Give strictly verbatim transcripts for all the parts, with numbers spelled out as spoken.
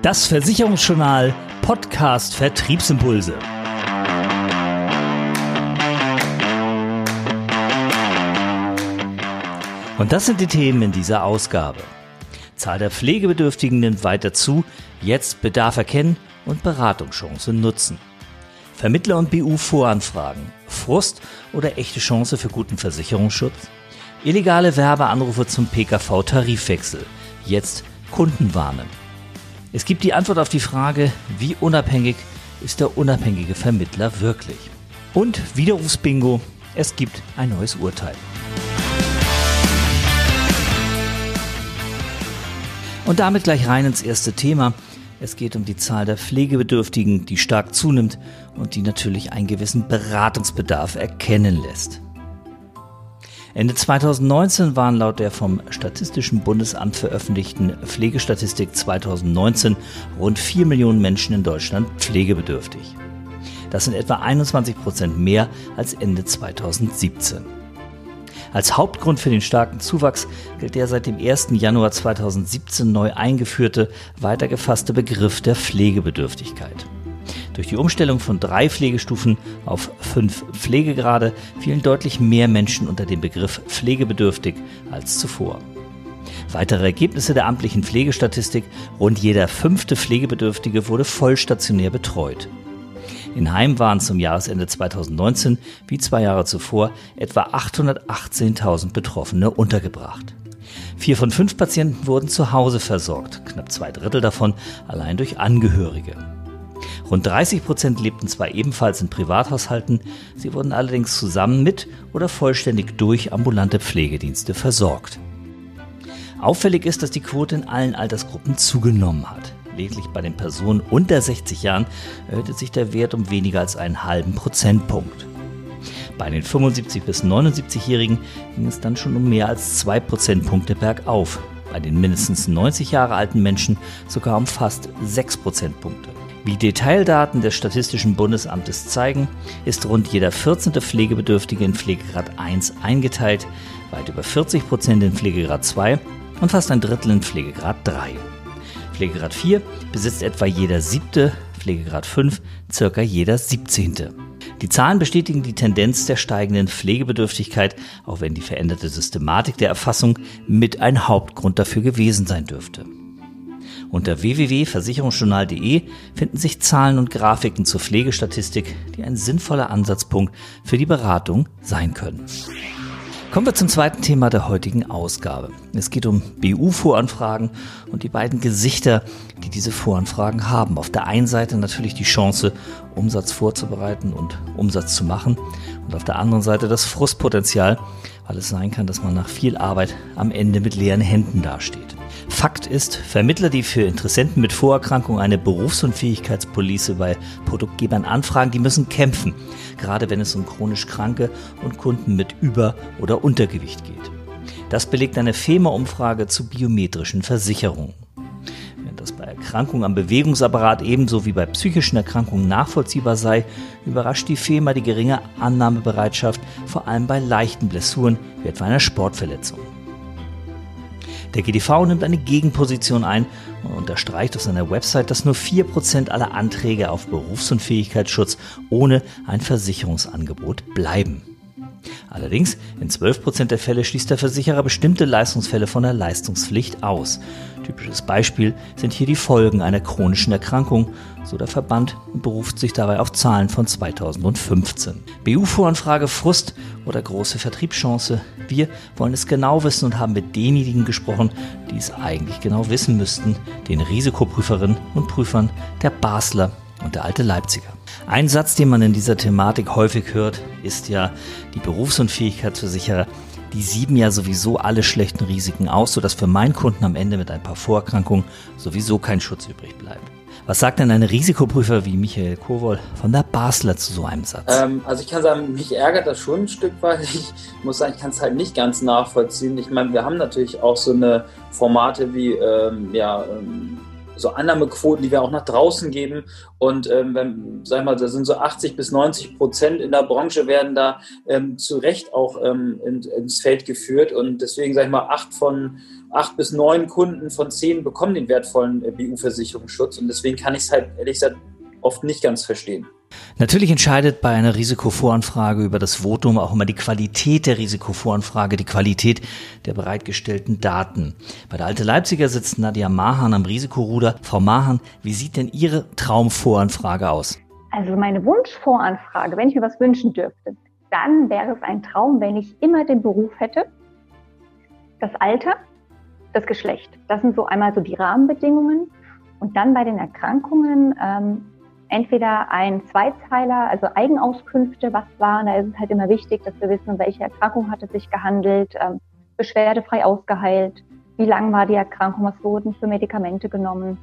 Das Versicherungsjournal Podcast Vertriebsimpulse. Und das sind die Themen in dieser Ausgabe. Zahl der Pflegebedürftigen nimmt weiter zu, jetzt Bedarf erkennen und Beratungschancen nutzen. Vermittler und B U-Voranfragen, Frust oder echte Chance für guten Versicherungsschutz? Illegale Werbeanrufe zum P K V-Tarifwechsel, jetzt Kunden warnen. Es gibt die Antwort auf die Frage, wie unabhängig ist der unabhängige Vermittler wirklich? Und Widerrufsbingo, es gibt ein neues Urteil. Und damit gleich rein ins erste Thema. Es geht um die Zahl der Pflegebedürftigen, die stark zunimmt und die natürlich einen gewissen Beratungsbedarf erkennen lässt. Ende zweitausendneunzehn waren laut der vom Statistischen Bundesamt veröffentlichten Pflegestatistik zweitausendneunzehn rund vier Millionen Menschen in Deutschland pflegebedürftig. Das sind etwa einundzwanzig Prozent mehr als Ende zweitausendsiebzehn. Als Hauptgrund für den starken Zuwachs gilt der seit dem ersten Januar zweitausendsiebzehn neu eingeführte, weitergefasste Begriff der Pflegebedürftigkeit. Durch die Umstellung von drei Pflegestufen auf fünf Pflegegrade fielen deutlich mehr Menschen unter den Begriff pflegebedürftig als zuvor. Weitere Ergebnisse der amtlichen Pflegestatistik: Rund jeder fünfte Pflegebedürftige wurde vollstationär betreut. In Heimen waren zum Jahresende zweitausendneunzehn, wie zwei Jahre zuvor, etwa achthundertachtzehntausend Betroffene untergebracht. Vier von fünf Patienten wurden zu Hause versorgt, knapp zwei Drittel davon allein durch Angehörige. Rund dreißig Prozent lebten zwar ebenfalls in Privathaushalten, sie wurden allerdings zusammen mit oder vollständig durch ambulante Pflegedienste versorgt. Auffällig ist, dass die Quote in allen Altersgruppen zugenommen hat. Lediglich bei den Personen unter sechzig Jahren erhöhte sich der Wert um weniger als einen halben Prozentpunkt. Bei den fünfundsiebzig- bis neunundsiebzigjährigen ging es dann schon um mehr als zwei Prozentpunkte bergauf. Bei den mindestens neunzig Jahre alten Menschen sogar um fast sechs Prozentpunkte. Wie Detaildaten des Statistischen Bundesamtes zeigen, ist rund jeder vierzehnte Pflegebedürftige in Pflegegrad eins eingeteilt, weit über vierzig Prozent in Pflegegrad zwei und fast ein Drittel in Pflegegrad drei. Pflegegrad vier besitzt etwa jeder siebte, Pflegegrad fünf circa jeder siebzehnte. Die Zahlen bestätigen die Tendenz der steigenden Pflegebedürftigkeit, auch wenn die veränderte Systematik der Erfassung mit ein Hauptgrund dafür gewesen sein dürfte. Unter w w w punkt versicherungsjournal punkt de finden sich Zahlen und Grafiken zur Pflegestatistik, die ein sinnvoller Ansatzpunkt für die Beratung sein können. Kommen wir zum zweiten Thema der heutigen Ausgabe. Es geht um B U-Voranfragen und die beiden Gesichter, die diese Voranfragen haben. Auf der einen Seite natürlich die Chance, Umsatz vorzubereiten und Umsatz zu machen, und auf der anderen Seite das Frustpotenzial, weil es sein kann, dass man nach viel Arbeit am Ende mit leeren Händen dasteht. Fakt ist, Vermittler, die für Interessenten mit Vorerkrankungen eine Berufsunfähigkeitspolice bei Produktgebern anfragen, die müssen kämpfen, gerade wenn es um chronisch Kranke und Kunden mit Über- oder Untergewicht geht. Das belegt eine FEMA-Umfrage zu biometrischen Versicherungen. Während das bei Erkrankungen am Bewegungsapparat ebenso wie bei psychischen Erkrankungen nachvollziehbar sei, überrascht die FEMA die geringe Annahmebereitschaft, vor allem bei leichten Blessuren, wie etwa einer Sportverletzung. Der G D V nimmt eine Gegenposition ein und unterstreicht auf seiner Website, dass nur vier Prozent aller Anträge auf Berufsunfähigkeitsschutz ohne ein Versicherungsangebot bleiben. Allerdings, in zwölf Prozent der Fälle schließt der Versicherer bestimmte Leistungsfälle von der Leistungspflicht aus. Typisches Beispiel sind hier die Folgen einer chronischen Erkrankung, so der Verband, und beruft sich dabei auf Zahlen von zweitausendfünfzehn. B U-Voranfrage, Frust oder große Vertriebschance? Wir wollen es genau wissen und haben mit denjenigen gesprochen, die es eigentlich genau wissen müssten, den Risikoprüferinnen und Prüfern der Basler und der alte Leipziger. Ein Satz, den man in dieser Thematik häufig hört, ist ja, die Berufsunfähigkeitsversicherer, die sieben ja sowieso alle schlechten Risiken aus, sodass für meinen Kunden am Ende mit ein paar Vorerkrankungen sowieso kein Schutz übrig bleibt. Was sagt denn ein Risikoprüfer wie Michael Kowol von der Basler zu so einem Satz? Ähm, also ich kann sagen, mich ärgert das schon ein Stück weit. Ich muss sagen, ich kann es halt nicht ganz nachvollziehen. Ich meine, wir haben natürlich auch so eine Formate wie ähm, ja, ähm, so Annahmequoten, die wir auch nach draußen geben. Und ähm, wenn, sag mal, da sind so achtzig bis neunzig Prozent in der Branche werden da ähm, zu Recht auch ähm, in, ins Feld geführt. Und deswegen sage ich mal, acht von acht bis neun Kunden von zehn bekommen den wertvollen äh, B U-Versicherungsschutz. Und deswegen kann ich es halt ehrlich gesagt oft nicht ganz verstehen. Natürlich entscheidet bei einer Risikovoranfrage über das Votum auch immer die Qualität der Risikovoranfrage, die Qualität der bereitgestellten Daten. Bei der Alte Leipziger sitzt Nadja Mahan am Risikoruder. Frau Mahan, wie sieht denn Ihre Traumvoranfrage aus? Also meine Wunschvoranfrage, wenn ich mir was wünschen dürfte, dann wäre es ein Traum, wenn ich immer den Beruf hätte, das Alter, das Geschlecht. Das sind so einmal so die Rahmenbedingungen. Und dann bei den Erkrankungen ähm, entweder ein Zweizeiler, also Eigenauskünfte, was waren, da ist es halt immer wichtig, dass wir wissen, um welche Erkrankung hat es sich gehandelt, ähm, beschwerdefrei ausgeheilt, wie lang war die Erkrankung, was wurden für Medikamente genommen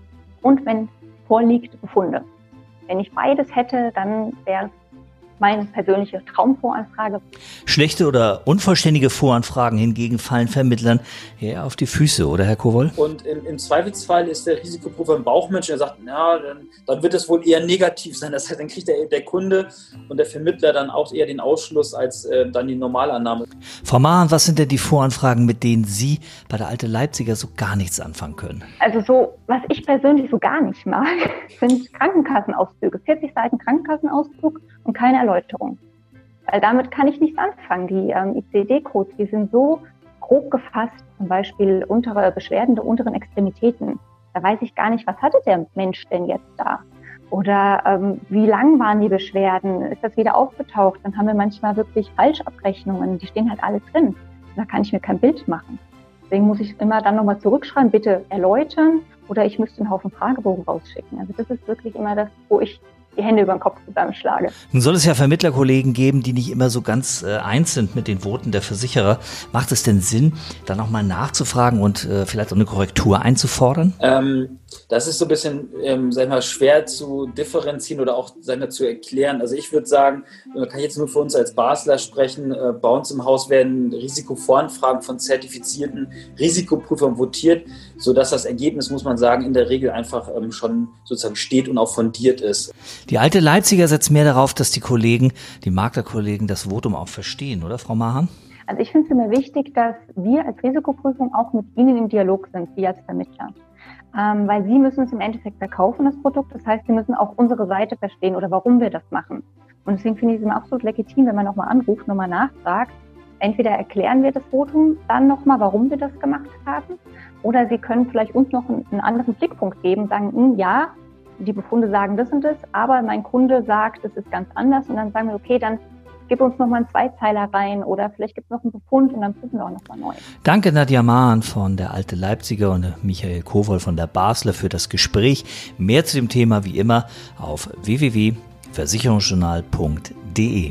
und wenn vorliegt, Befunde. Wenn ich beides hätte, dann wäre es meine persönliche Traumvoranfrage. Schlechte oder unvollständige Voranfragen hingegen fallen Vermittlern eher auf die Füße, oder Herr Kowol? Und im, im Zweifelsfall ist der Risikoprüfer ein Bauchmensch, der sagt, ja, dann, dann wird es wohl eher negativ sein. Das heißt, dann kriegt der, der Kunde und der Vermittler dann auch eher den Ausschluss als äh, dann die Normalannahme. Frau Mahan, was sind denn die Voranfragen, mit denen Sie bei der Alte Leipziger so gar nichts anfangen können? Also so, was ich persönlich so gar nicht mag, sind Krankenkassenauszüge. vierzig Seiten Krankenkassenauszug und keine Erläuterung. Weil damit kann ich nichts anfangen. Die ähm, I C D-Codes, die sind so grob gefasst, zum Beispiel untere Beschwerden der unteren Extremitäten. Da weiß ich gar nicht, was hatte der Mensch denn jetzt da? Oder ähm, wie lang waren die Beschwerden? Ist das wieder aufgetaucht? Dann haben wir manchmal wirklich Falschabrechnungen. Die stehen halt alle drin. Da kann ich mir kein Bild machen. Deswegen muss ich immer dann nochmal zurückschreiben, bitte erläutern, oder ich müsste einen Haufen Fragebogen rausschicken. Also das ist wirklich immer das, wo ich die Hände über den Kopf zusammenschlage. Nun soll es ja Vermittlerkollegen geben, die nicht immer so ganz äh, eins sind mit den Voten der Versicherer. Macht es denn Sinn, da nochmal nachzufragen und äh, vielleicht auch eine Korrektur einzufordern? Ähm, das ist so ein bisschen, ähm, sag ich mal, schwer zu differenzieren oder auch, sag ich mal, zu erklären. Also ich würde sagen, man kann jetzt nur für uns als Basler sprechen, äh, bei uns im Haus werden Risikovoranfragen von zertifizierten Risikoprüfern votiert, sodass das Ergebnis, muss man sagen, in der Regel einfach ähm, schon sozusagen steht und auch fundiert ist. Die Alte Leipziger setzt mehr darauf, dass die Kollegen, die Maklerkollegen, das Votum auch verstehen, oder Frau Mahan? Also ich finde es immer wichtig, dass wir als Risikoprüfung auch mit Ihnen im Dialog sind, Sie als Vermittler. Ähm, weil Sie müssen es im Endeffekt verkaufen, das Produkt. Das heißt, Sie müssen auch unsere Seite verstehen oder warum wir das machen. Und deswegen finde ich es immer absolut legitim, wenn man nochmal anruft, nochmal nachfragt. Entweder erklären wir das Votum dann nochmal, warum wir das gemacht haben, oder Sie können vielleicht uns noch einen, einen anderen Blickpunkt geben und sagen, hm, ja, die Befunde sagen das und das, aber mein Kunde sagt, das ist ganz anders. Und dann sagen wir, okay, dann gib uns nochmal einen Zweizeiler rein oder vielleicht gibt es noch einen Befund und dann prüfen wir auch nochmal neu. Danke Nadja Mahan von der Alte Leipziger und Michael Kowol von der Basler für das Gespräch. Mehr zu dem Thema wie immer auf w w w punkt versicherungsjournal punkt d e.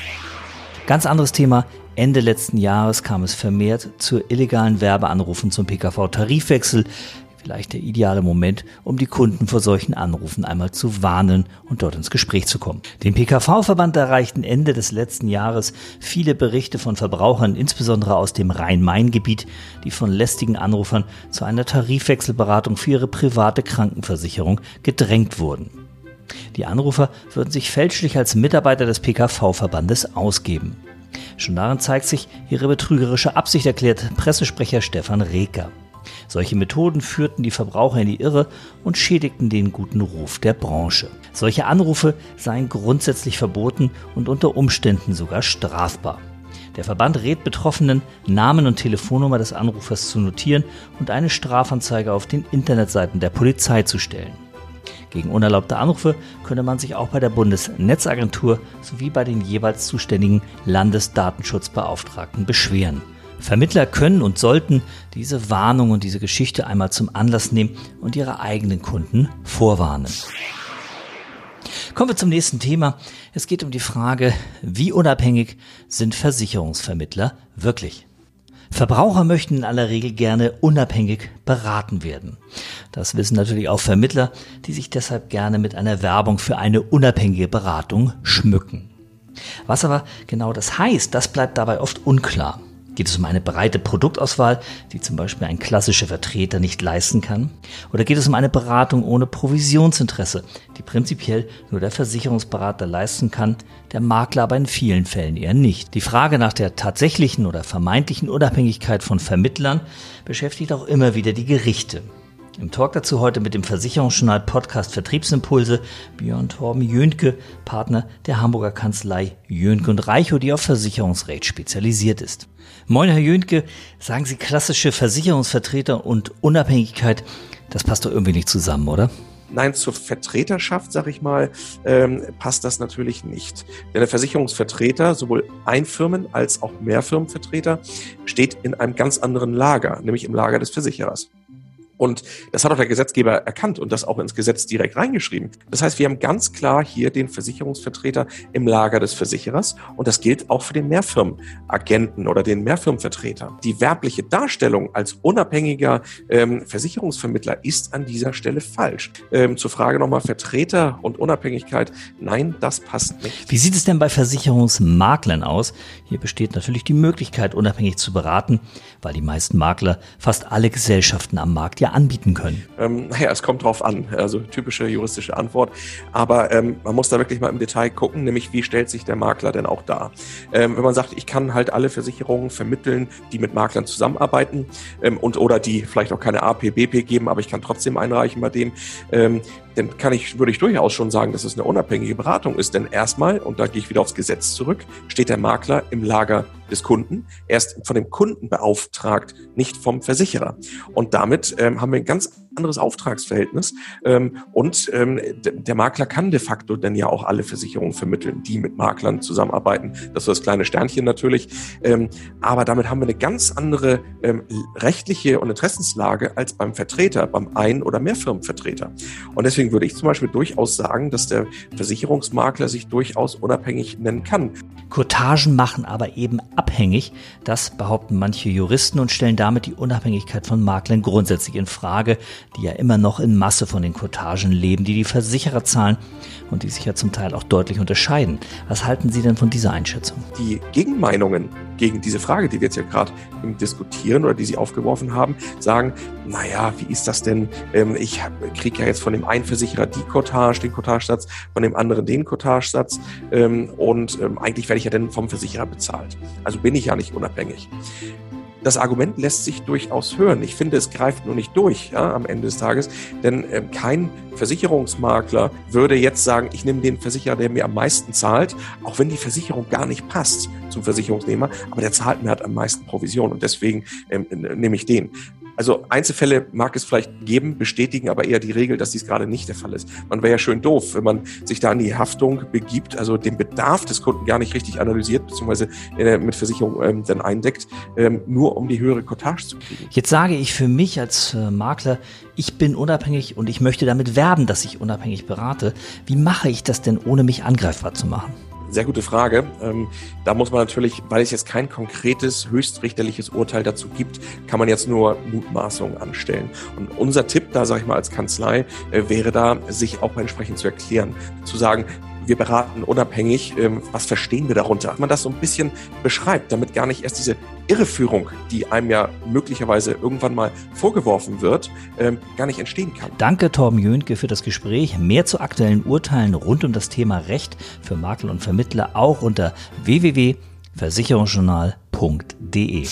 Ganz anderes Thema. Ende letzten Jahres kam es vermehrt zu illegalen Werbeanrufen zum P K V-Tarifwechsel. Vielleicht der ideale Moment, um die Kunden vor solchen Anrufen einmal zu warnen und dort ins Gespräch zu kommen. Den P K V-Verband erreichten Ende des letzten Jahres viele Berichte von Verbrauchern, insbesondere aus dem Rhein-Main-Gebiet, die von lästigen Anrufern zu einer Tarifwechselberatung für ihre private Krankenversicherung gedrängt wurden. Die Anrufer würden sich fälschlich als Mitarbeiter des P K V-Verbandes ausgeben. Schon darin zeigt sich ihre betrügerische Absicht, erklärt Pressesprecher Stefan Reker. Solche Methoden führten die Verbraucher in die Irre und schädigten den guten Ruf der Branche. Solche Anrufe seien grundsätzlich verboten und unter Umständen sogar strafbar. Der Verband rät Betroffenen, Namen und Telefonnummer des Anrufers zu notieren und eine Strafanzeige auf den Internetseiten der Polizei zu stellen. Gegen unerlaubte Anrufe könne man sich auch bei der Bundesnetzagentur sowie bei den jeweils zuständigen Landesdatenschutzbeauftragten beschweren. Vermittler können und sollten diese Warnung und diese Geschichte einmal zum Anlass nehmen und ihre eigenen Kunden vorwarnen. Kommen wir zum nächsten Thema. Es geht um die Frage, wie unabhängig sind Versicherungsvermittler wirklich? Verbraucher möchten in aller Regel gerne unabhängig beraten werden. Das wissen natürlich auch Vermittler, die sich deshalb gerne mit einer Werbung für eine unabhängige Beratung schmücken. Was aber genau das heißt, das bleibt dabei oft unklar. Geht es um eine breite Produktauswahl, die zum Beispiel ein klassischer Vertreter nicht leisten kann? Oder geht es um eine Beratung ohne Provisionsinteresse, die prinzipiell nur der Versicherungsberater leisten kann, der Makler aber in vielen Fällen eher nicht? Die Frage nach der tatsächlichen oder vermeintlichen Unabhängigkeit von Vermittlern beschäftigt auch immer wieder die Gerichte. Im Talk dazu heute mit dem Versicherungsjournal Podcast Vertriebsimpulse Björn Torben Jöntke, Partner der Hamburger Kanzlei Jöntke und Reichow, die auf Versicherungsrecht spezialisiert ist. Moin, Herr Jöntke, sagen Sie, klassische Versicherungsvertreter und Unabhängigkeit, das passt doch irgendwie nicht zusammen, oder? Nein, zur Vertreterschaft, sag ich mal, ähm, passt das natürlich nicht. Denn der Versicherungsvertreter, sowohl Einfirmen- als auch Mehrfirmenvertreter, steht in einem ganz anderen Lager, nämlich im Lager des Versicherers. Und das hat auch der Gesetzgeber erkannt und das auch ins Gesetz direkt reingeschrieben. Das heißt, wir haben ganz klar hier den Versicherungsvertreter im Lager des Versicherers und das gilt auch für den Mehrfirmenagenten oder den Mehrfirmenvertreter. Die werbliche Darstellung als unabhängiger ähm, Versicherungsvermittler ist an dieser Stelle falsch. Ähm, zur Frage nochmal Vertreter und Unabhängigkeit. Nein, das passt nicht. Wie sieht es denn bei Versicherungsmaklern aus? Hier besteht natürlich die Möglichkeit, unabhängig zu beraten, weil die meisten Makler fast alle Gesellschaften am Markt ja anbieten können. Ähm, naja, es kommt drauf an, also typische juristische Antwort, aber ähm, man muss da wirklich mal im Detail gucken, nämlich wie stellt sich der Makler denn auch dar. Ähm, wenn man sagt, ich kann halt alle Versicherungen vermitteln, die mit Maklern zusammenarbeiten ähm, und oder die vielleicht auch keine A P, B P geben, aber ich kann trotzdem einreichen bei dem, ähm, dann kann ich, würde ich durchaus schon sagen, dass es eine unabhängige Beratung ist. Denn erstmal, und da gehe ich wieder aufs Gesetz zurück, steht der Makler im Lager des Kunden. Er ist von dem Kunden beauftragt, nicht vom Versicherer. Und damit ähm, haben wir ein ganz anderes Auftragsverhältnis. Ähm, und ähm, d- der Makler kann de facto dann ja auch alle Versicherungen vermitteln, die mit Maklern zusammenarbeiten. Das ist das kleine Sternchen natürlich. Ähm, aber damit haben wir eine ganz andere ähm, rechtliche und Interessenslage als beim Vertreter, beim Ein- oder Mehrfirmenvertreter. Und deswegen würde ich zum Beispiel durchaus sagen, dass der Versicherungsmakler sich durchaus unabhängig nennen kann. Courtagen machen aber eben abhängig. Das behaupten manche Juristen und stellen damit die Unabhängigkeit von Maklern grundsätzlich in Frage, die ja immer noch in Masse von den Courtagen leben, die die Versicherer zahlen und die sich ja zum Teil auch deutlich unterscheiden. Was halten Sie denn von dieser Einschätzung? Die Gegenmeinungen gegen diese Frage, die wir jetzt ja gerade diskutieren oder die Sie aufgeworfen haben, sagen, naja, wie ist das denn? Ich kriege ja jetzt von dem einen Versicherer die Courtage, den Courtagesatz, von dem anderen den Courtagesatz und eigentlich werde ich ja dann vom Versicherer bezahlt. Also bin ich ja nicht unabhängig. Das Argument lässt sich durchaus hören. Ich finde, es greift nur nicht durch, ja, am Ende des Tages, denn äh, kein Versicherungsmakler würde jetzt sagen, ich nehme den Versicherer, der mir am meisten zahlt, auch wenn die Versicherung gar nicht passt zum Versicherungsnehmer, aber der zahlt mir halt am meisten Provision und deswegen ähm, nehme ich den. Also Einzelfälle mag es vielleicht geben, bestätigen aber eher die Regel, dass dies gerade nicht der Fall ist. Man wäre ja schön doof, wenn man sich da in die Haftung begibt, also den Bedarf des Kunden gar nicht richtig analysiert, beziehungsweise äh, mit Versicherung ähm, dann eindeckt, ähm, nur um die höhere Courtage zu kriegen. Jetzt sage ich für mich als äh, Makler, ich bin unabhängig und ich möchte damit werben, dass ich unabhängig berate. Wie mache ich das denn, ohne mich angreifbar zu machen? Sehr gute Frage. Ähm, da muss man natürlich, weil es jetzt kein konkretes höchstrichterliches Urteil dazu gibt, kann man jetzt nur Mutmaßungen anstellen. Und unser Tipp da, sage ich mal, als Kanzlei äh, wäre da, sich auch entsprechend zu erklären, zu sagen, wir beraten unabhängig, ähm, was verstehen wir darunter? Wenn man das so ein bisschen beschreibt, damit gar nicht erst diese Irreführung, die einem ja möglicherweise irgendwann mal vorgeworfen wird, ähm, gar nicht entstehen kann. Danke, Torben Jöntke, für das Gespräch. Mehr zu aktuellen Urteilen rund um das Thema Recht für Makler und Vermittler auch unter w w w punkt versicherungsjournal punkt d e.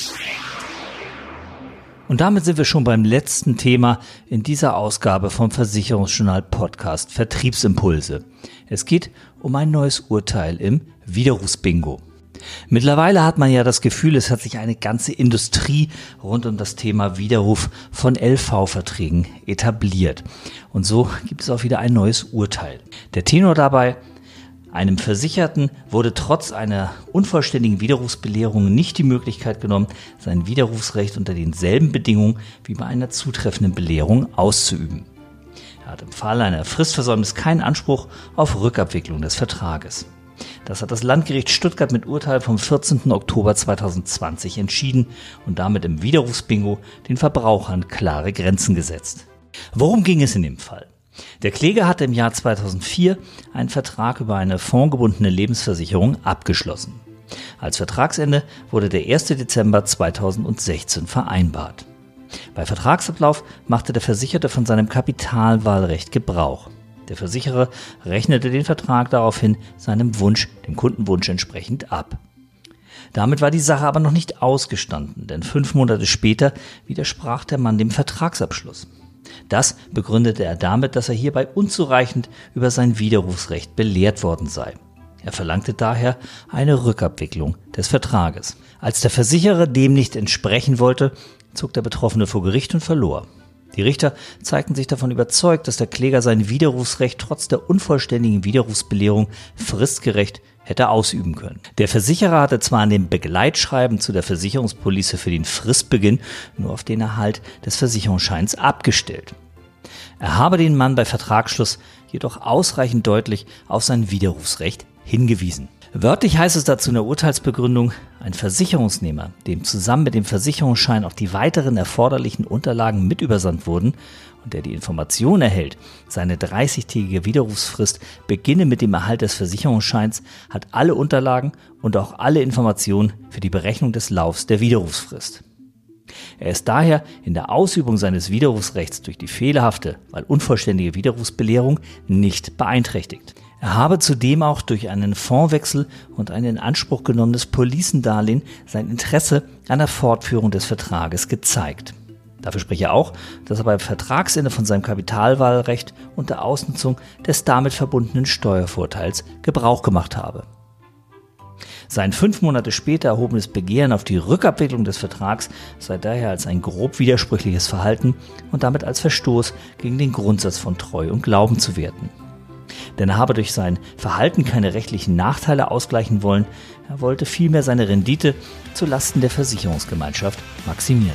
Und damit sind wir schon beim letzten Thema in dieser Ausgabe vom Versicherungsjournal Podcast Vertriebsimpulse. Es geht um ein neues Urteil im Widerrufsbingo. Mittlerweile hat man ja das Gefühl, es hat sich eine ganze Industrie rund um das Thema Widerruf von L V-Verträgen etabliert. Und so gibt es auch wieder ein neues Urteil. Der Tenor dabei: Einem Versicherten wurde trotz einer unvollständigen Widerrufsbelehrung nicht die Möglichkeit genommen, sein Widerrufsrecht unter denselben Bedingungen wie bei einer zutreffenden Belehrung auszuüben. Er hat im Fall einer Fristversäumnis keinen Anspruch auf Rückabwicklung des Vertrages. Das hat das Landgericht Stuttgart mit Urteil vom vierzehnten Oktober zweitausendzwanzig entschieden und damit im Widerrufsbingo den Verbrauchern klare Grenzen gesetzt. Worum ging es in dem Fall? Der Kläger hatte im Jahr zweitausendvier einen Vertrag über eine fondgebundene Lebensversicherung abgeschlossen. Als Vertragsende wurde der erster Dezember zweitausendsechzehn vereinbart. Bei Vertragsablauf machte der Versicherte von seinem Kapitalwahlrecht Gebrauch. Der Versicherer rechnete den Vertrag daraufhin seinem Wunsch, dem Kundenwunsch entsprechend ab. Damit war die Sache aber noch nicht ausgestanden, denn fünf Monate später widersprach der Mann dem Vertragsabschluss. Das begründete er damit, dass er hierbei unzureichend über sein Widerrufsrecht belehrt worden sei. Er verlangte daher eine Rückabwicklung des Vertrages. Als der Versicherer dem nicht entsprechen wollte, zog der Betroffene vor Gericht und verlor. Die Richter zeigten sich davon überzeugt, dass der Kläger sein Widerrufsrecht trotz der unvollständigen Widerrufsbelehrung fristgerecht hätte ausüben können. Der Versicherer hatte zwar an dem Begleitschreiben zu der Versicherungspolice für den Fristbeginn nur auf den Erhalt des Versicherungsscheins abgestellt. Er habe den Mann bei Vertragsschluss jedoch ausreichend deutlich auf sein Widerrufsrecht hingewiesen. Wörtlich heißt es dazu in der Urteilsbegründung, ein Versicherungsnehmer, dem zusammen mit dem Versicherungsschein auch die weiteren erforderlichen Unterlagen mit übersandt wurden und der die Information erhält, seine dreißigtägige Widerrufsfrist beginne mit dem Erhalt des Versicherungsscheins, hat alle Unterlagen und auch alle Informationen für die Berechnung des Laufs der Widerrufsfrist. Er ist daher in der Ausübung seines Widerrufsrechts durch die fehlerhafte, weil unvollständige Widerrufsbelehrung nicht beeinträchtigt. Er habe zudem auch durch einen Fondswechsel und ein in Anspruch genommenes Policendarlehen sein Interesse an der Fortführung des Vertrages gezeigt. Dafür spricht er auch, dass er beim Vertragsende von seinem Kapitalwahlrecht und der Ausnutzung des damit verbundenen Steuervorteils Gebrauch gemacht habe. Sein fünf Monate später erhobenes Begehren auf die Rückabwicklung des Vertrags sei daher als ein grob widersprüchliches Verhalten und damit als Verstoß gegen den Grundsatz von Treu und Glauben zu werten. Denn er habe durch sein Verhalten keine rechtlichen Nachteile ausgleichen wollen, er wollte vielmehr seine Rendite zulasten der Versicherungsgemeinschaft maximieren.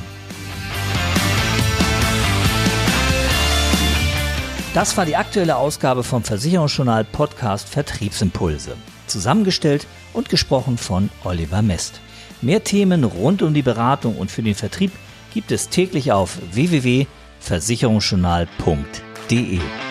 Das war die aktuelle Ausgabe vom Versicherungsjournal Podcast Vertriebsimpulse. Zusammengestellt und gesprochen von Oliver Mest. Mehr Themen rund um die Beratung und für den Vertrieb gibt es täglich auf w w w punkt versicherungsjournal punkt d e.